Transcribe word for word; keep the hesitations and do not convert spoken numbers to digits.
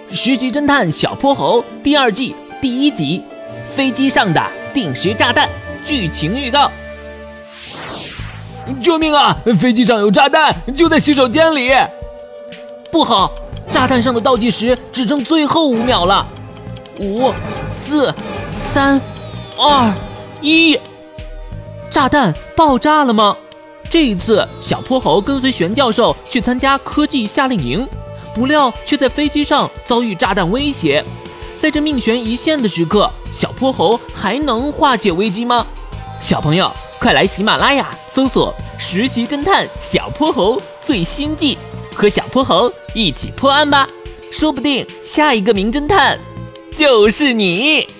实习侦探小泼猴第二季第一集，飞机上的定时炸弹剧情预告。 救命啊！飞机上有炸弹，就在洗手间里。 不好，炸弹上的倒计时只剩最后五秒了。五、四、三、二、一，炸弹爆炸了吗？这一次，小泼猴跟随玄教授去参加科技夏令营，不料却在飞机上遭遇炸弹威胁。在这命悬一线的时刻，小泼猴还能化解危机吗？小朋友，快来喜马拉雅搜索实习侦探小泼猴最新季，和小泼猴一起破案吧，说不定下一个名侦探就是你。